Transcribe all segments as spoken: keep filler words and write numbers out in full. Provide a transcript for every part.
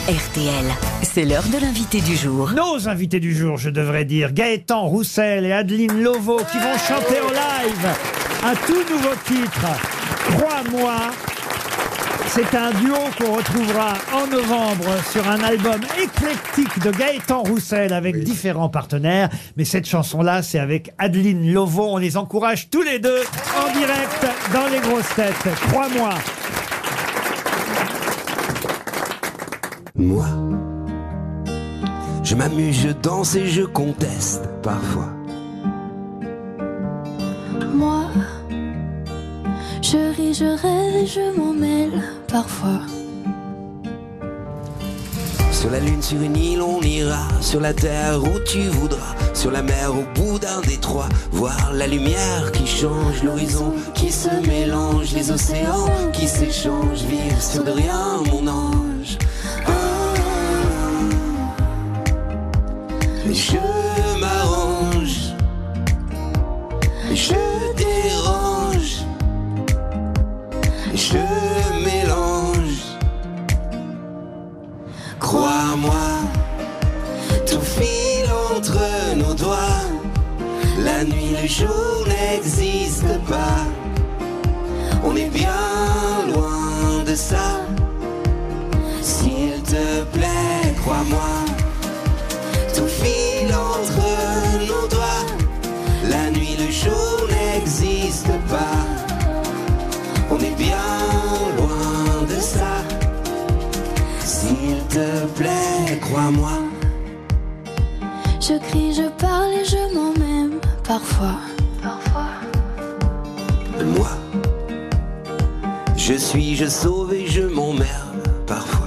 R T L, c'est l'heure de l'invité du jour. Nos invités du jour, je devrais dire, Gaëtan Roussel et Adeline Lovo, qui vont chanter en live un tout nouveau titre, Crois-moi. C'est un duo qu'on retrouvera en novembre sur un album éclectique de Gaëtan Roussel avec oui. différents partenaires. Mais cette chanson-là, c'est avec Adeline Lovo. On les encourage tous les deux en direct dans les grosses têtes. Crois-moi. Moi, je m'amuse, je danse et je conteste parfois. Moi, je ris, je rêve et je m'en mêle parfois. Sur la lune, sur une île, on ira. Sur la terre où tu voudras. Sur la mer, au bout d'un détroit. Voir la lumière qui change, l'horizon qui se mélange. Les océans qui s'échangent. Vivre sur de rien, mon ange. Ah, et je m'arrange. Et je dérange. Et je mélange. Crois-moi, tout file entre nos doigts. La nuit, le jour n'existe pas. On est bien loin de ça. S'il te plaît, crois-moi, tout file entre nos doigts. La nuit, le jour n'existe pas. On est bien loin de ça. S'il te plaît, crois-moi. Je crie, je parle et je m'en même parfois. Parfois. Moi, je suis, je sauve et je m'emmerde parfois.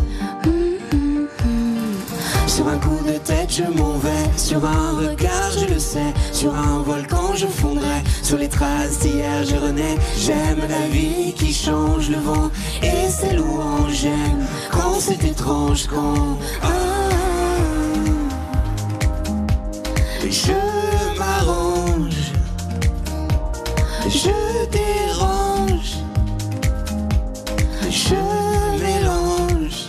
Sur un coup de tête je m'en vais. Sur un regard je le sais. Sur un volcan je fondrai. Sur les traces d'hier je renais. J'aime la vie qui change le vent et ses louanges. J'aime quand c'est étrange. Quand ah, je m'arrange. Je dérange. Je mélange.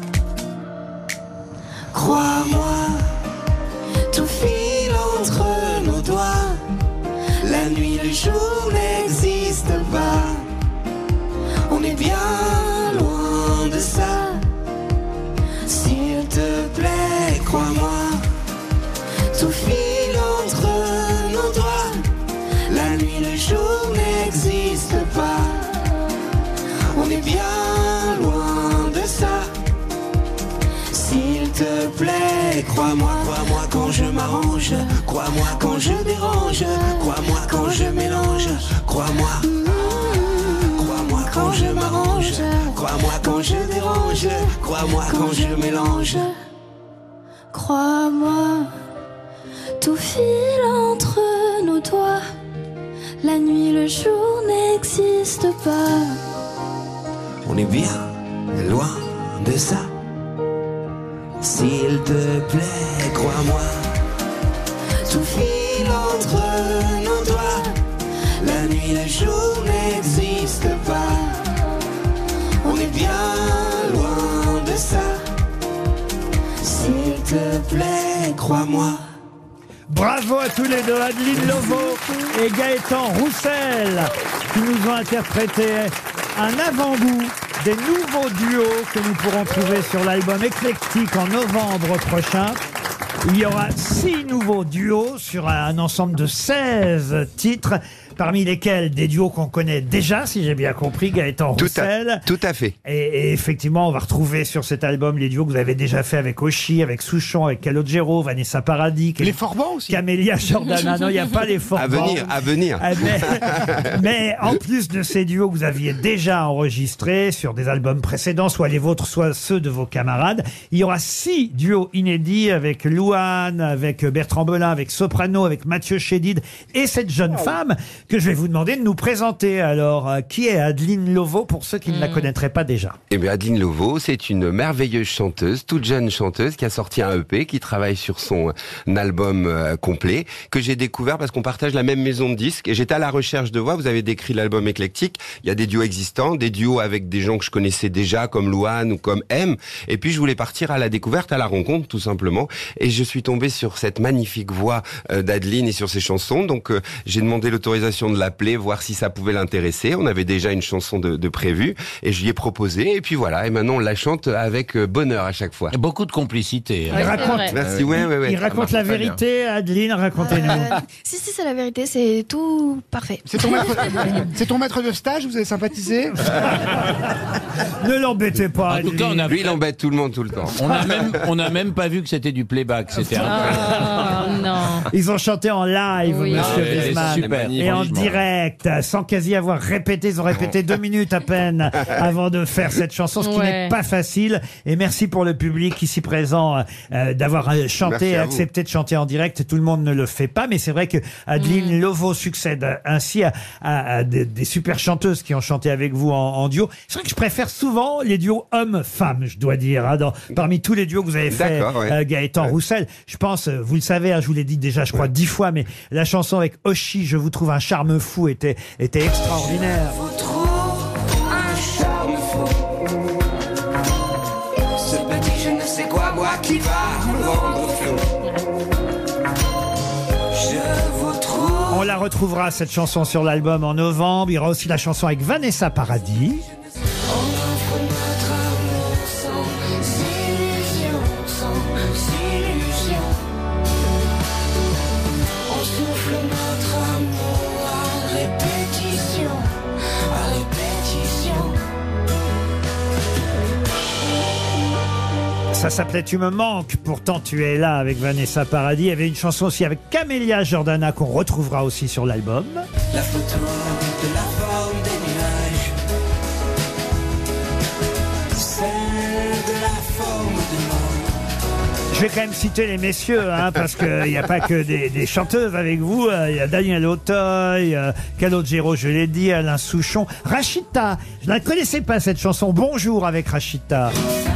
Crois-moi, tout file entre nos doigts. La nuit, le jour n'existe pas. On est bien loin de ça. S'il te plaît, crois-moi, tout file entre nos doigts. La nuit, le jour n'existe pas. On est bien loin de ça. S'il te plaît, crois-moi, crois-moi quand je m'arrange. Crois-moi quand je dérange. Crois-moi quand je mélange. Crois-moi. Crois-moi quand je m'arrange. Crois-moi quand je dérange. Crois-moi quand je mélange. Crois-moi, tout file entre nos doigts. La nuit, le jour n'existe pas. On est bien loin de ça. S'il te plaît, crois-moi, tout file entre nos doigts. La nuit, le jour n'existe pas. On est bien loin de ça. S'il te plaît, crois-moi. Bravo à tous les deux, Adeline Lovo et Gaëtan Roussel, qui nous ont interprété un avant-goût des nouveaux duos que nous pourrons trouver sur l'album éclectique en novembre prochain. Il y aura six nouveaux duos sur un ensemble de seize titres, parmi lesquels des duos qu'on connaît déjà, si j'ai bien compris, Gaëtan tout Roussel. À, tout à fait. Et, et effectivement, on va retrouver sur cet album les duos que vous avez déjà fait avec Oshi, avec Souchon, avec Calogero, Vanessa Paradis. Les Forbans aussi. Camélia Jordana. Non, il n'y a pas les Forbans. À venir, à venir. Mais, mais en plus de ces duos que vous aviez déjà enregistrés sur des albums précédents, soit les vôtres, soit ceux de vos camarades, il y aura six duos inédits avec Louane, avec Bertrand Belin, avec Soprano, avec Mathieu Chédid et cette jeune femme que je vais vous demander de nous présenter. Alors, euh, qui est Adeline Lovo pour ceux qui ne la connaîtraient pas déjà? Eh bien, Adeline Lovo, c'est une merveilleuse chanteuse, toute jeune chanteuse, qui a sorti un E P, qui travaille sur son album euh, complet, que j'ai découvert parce qu'on partage la même maison de disques. Et j'étais à la recherche de voix. Vous avez décrit l'album éclectique. Il y a des duos existants, des duos avec des gens que je connaissais déjà, comme Louane ou comme M. Et puis, je voulais partir à la découverte, à la rencontre, tout simplement. Et je suis tombé sur cette magnifique voix euh, d'Adeline et sur ses chansons. Donc, euh, j'ai demandé l'autorisation de l'appeler, voir si ça pouvait l'intéresser. On avait déjà une chanson de, de prévue et je lui ai proposé. Et puis voilà. Et maintenant, on la chante avec bonheur à chaque fois. Beaucoup de complicité. Il raconte, Merci. Ouais, ouais, ouais. il raconte la vérité. Adeline, racontez-nous. Euh, si, si, c'est la vérité, c'est tout parfait. C'est ton, maître... c'est ton maître de stage, vous avez sympathisé? Ne l'embêtez pas. En tout cas, on a Lui, il embête tout le monde tout le temps. On a même, on a même pas vu que c'était du playback. C'était un... Oh non. Ils ont chanté en live, Oui. monsieur Ah ouais, Wiesmann. super. Et en Franchement. direct, sans quasi avoir répété. Ils ont répété deux minutes à peine avant de faire cette chanson, ce qui Ouais. n'est pas facile. Et merci pour le public ici présent euh, d'avoir euh, chanté et Merci à accepté de chanter en direct. Tout le monde ne le fait pas, mais c'est vrai que Adeline Lovo succède ainsi à, à- à des, des super chanteuses qui ont chanté avec vous en, en duo. C'est vrai que je préfère souvent les duos hommes-femmes, je dois dire, hein, dans, parmi tous les duos que vous avez fait, D'accord, ouais. euh, Gaëtan Ouais. Roussel. Je pense, euh, vous le savez, hein, je vous l'ai dit déjà, je crois, dix fois, mais la chanson avec Oshi, Je vous trouve un charme fou, était, était extraordinaire. Vous trouve un charme fou. Ce petit je ne sais quoi, moi qui va me rendre flou. Je vous trouve. On la retrouvera, cette chanson, sur l'album en novembre. Il y aura aussi la chanson avec Vanessa Paradis. On offre notre amour sans illusion, sans illusion. On souffle notre amour à répétition, à répétition. Ça s'appelait Tu me manques, pourtant tu es là, avec Vanessa Paradis. Il y avait une chanson aussi avec Camélia Jordana qu'on retrouvera aussi sur l'album. La photo de la forme des nuages, celle de la forme de l'homme. Je vais quand même citer les messieurs, hein, parce qu'il n'y a pas que des, des chanteuses avec vous. Euh, Il y a Daniel Auteuil, euh, Calogero, je l'ai dit, Alain Souchon, Rachita. Je ne la connaissais pas, cette chanson. Bonjour avec Rachita.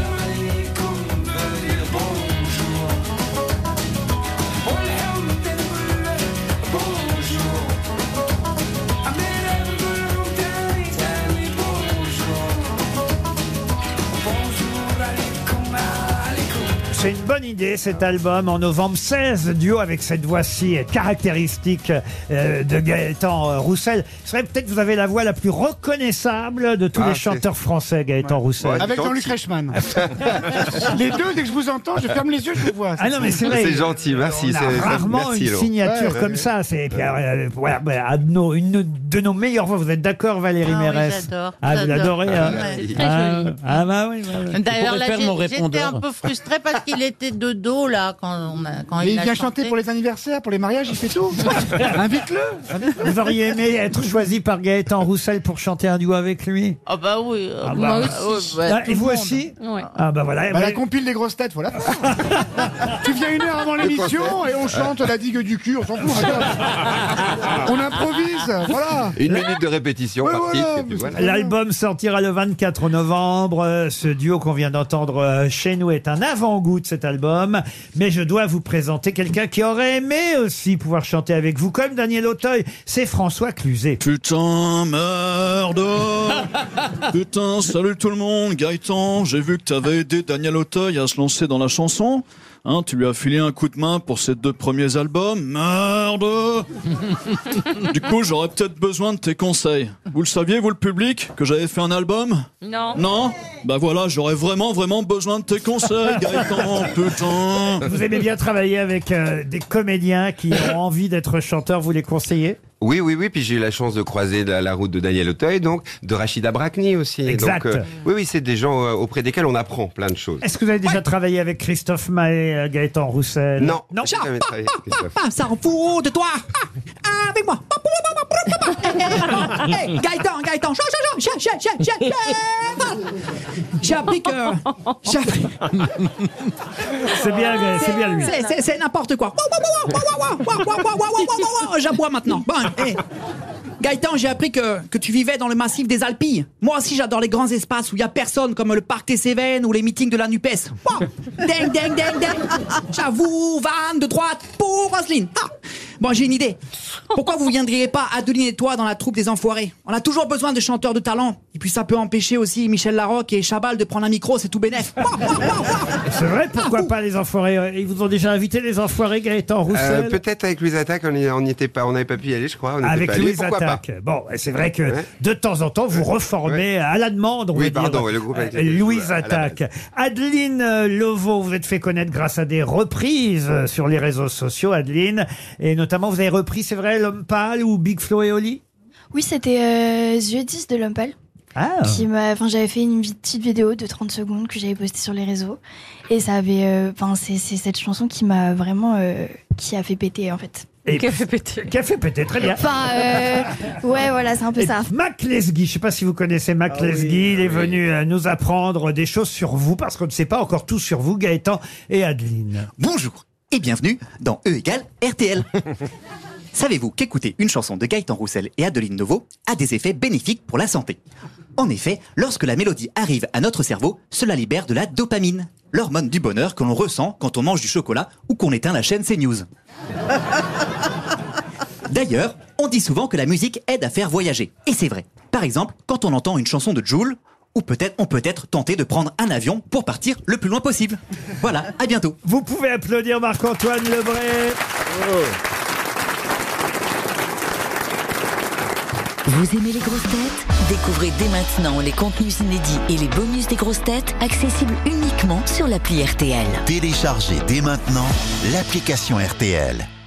C'est une bonne idée, cet album, en novembre. seize duos avec cette voix-ci caractéristique euh, de Gaëtan euh, Roussel. C'est vrai, peut-être que vous avez la voix la plus reconnaissable de tous Ah, les c'est- chanteurs français, Gaëtan Roussel. Ouais. Avec Gentil. Jean-Luc Reichmann. Les deux, dès que je vous entends, je ferme les yeux, je vous vois. Ah non, mais c'est vrai. C'est gentil, merci. On a c'est- rarement merci, une Laurent. signature Ouais, comme ouais, ça. C'est et puis, euh, voilà, bah, à nos- une de nos meilleures voix. Vous êtes d'accord, Valérie Ah oui, Mérès? j'adore, Ah, vous j'adore. l'adorez, hein? Ouais, c'est très Ah, joli. ah, bah oui, bah oui. D'ailleurs, pourrais là, faire j'ai- mon j'étais répondeur. un peu frustrée parce qu'il était de dos, là, quand, on a, quand Mais il il a vient chanté. chanter pour les anniversaires, pour les mariages, il fait tout. Invite-le. Vous auriez aimé être choisi par Gaëtan Roussel pour chanter un duo avec lui? Ah bah oui. euh, Ah moi bah, aussi. ouais, Ah, tout et le vous monde. aussi? Ouais. Ah bah voilà. Bah, la Vous- compile des grosses têtes, voilà. Tu viens une heure avant l'émission et on chante la digue du cul, on s'en fout. regarde. On improvise, voilà. Une minute de répétition Ouais, par voilà. titre, et puis voilà. L'album sortira le vingt-quatre novembre. Euh, Ce duo qu'on vient d'entendre euh, chez nous est un avant-goût de cet album. Mais je dois vous présenter quelqu'un qui aurait aimé aussi pouvoir chanter avec vous, comme Daniel Auteuil. C'est François Cluzet. Putain, merde. Putain, salut tout le monde, Gaëtan. J'ai vu que t'avais aidé Daniel Auteuil à se lancer dans la chanson. Hein, tu lui as filé un coup de main pour ses deux premiers albums. Merde. Du coup, j'aurais peut-être besoin de tes conseils. Vous le saviez, vous le public, que j'avais fait un album? Non. Non? Bah voilà, j'aurais vraiment, vraiment besoin de tes conseils, Gaëtan. Putain. Vous aimez bien travailler avec euh, des comédiens qui ont envie d'être chanteurs, vous les conseillez? Oui, oui, oui. Puis j'ai eu la chance de croiser la, la route de Daniel Auteuil, donc de Rachida Brakni aussi. Exact. Donc, euh, oui, oui, c'est des gens euh, auprès desquels on apprend plein de choses. Est-ce que vous avez déjà travaillé avec Christophe Maé, euh, Gaëtan Roussel? Non, Non. j'ai jamais travaillé avec Christophe. Ah, ça en fout de toi. Ah, avec moi. Hey, Gaëtan, Gaëtan, chien, chien, chien, chien, chien, chien, chien. J'ai appris que... j'ai appris- C'est bien, c'est bien lui. C'est- c'est- C'est n'importe quoi. J'aboie maintenant. Bon, hey. Gaëtan, j'ai appris que, que tu vivais dans le massif des Alpilles. Moi aussi, j'adore les grands espaces où il y a personne, comme le parc des Cévennes ou les meetings de la NUPES. Wow. Ding, ding, ding, ding. J'avoue, vanne de droite pour Roselyne. Ah. Bon, j'ai une idée. Pourquoi vous viendriez pas, Adeline et toi, dans la troupe des Enfoirés? On a toujours besoin de chanteurs de talent. Et puis ça peut empêcher aussi Michel Larocque et Chabal de prendre un micro, c'est tout bénef. C'est vrai, pourquoi pas les Enfoirés? Ils vous ont déjà invité, les Enfoirés, Gaëtan Roussel? Euh, Peut-être avec Louise Attaque, on y- on n'y était pas, on n'avait pas pu y aller, je crois. On n'était Avec pas allé, Louise pourquoi pas. Attaque. Bon, c'est vrai que Ouais. de temps en temps, vous reformez à la demande, on Oui, va pardon, dire, ouais, le groupe a été euh, Louise à la Attaque. Adeline euh, Lovo, vous êtes fait connaître grâce à des reprises euh, sur les réseaux sociaux, Adeline. Et notamment, vous avez repris, c'est vrai, L'Homme Pâle ou Big Flo et Oli? Oui, c'était euh, Yeux dix de L'Homme Pâle. Ah. Qui m'a, enfin, j'avais fait une vi- petite vidéo de trente secondes que j'avais postée sur les réseaux. Et ça avait, euh, enfin, c'est, c'est cette chanson qui m'a vraiment, euh, qui a fait péter, en fait. Et qui a fait péter. Qui a fait péter, très bien. Enfin, euh, ouais, voilà, c'est un peu Et ça. Mac Lesguy, je ne sais pas si vous connaissez Mac Ah Lesguy, oui, il est oui. venu euh, nous apprendre des choses sur vous, parce qu'on ne sait pas encore tout sur vous, Gaëtan et Adeline. Bonjour et bienvenue dans E égale R T L. Savez-vous qu'écouter une chanson de Gaëtan Roussel et Adeline Novo a des effets bénéfiques pour la santé? En effet, lorsque la mélodie arrive à notre cerveau, cela libère de la dopamine, l'hormone du bonheur que l'on ressent quand on mange du chocolat ou qu'on éteint la chaîne CNews. D'ailleurs, on dit souvent que la musique aide à faire voyager. Et c'est vrai. Par exemple, quand on entend une chanson de Jul, ou peut-être on peut être tenté de prendre un avion pour partir le plus loin possible. Voilà, à bientôt. Vous pouvez applaudir Marc-Antoine Lebray. Vous aimez les grosses têtes? Découvrez dès maintenant les contenus inédits et les bonus des grosses têtes accessibles uniquement sur l'appli R T L. Téléchargez dès maintenant l'application R T L.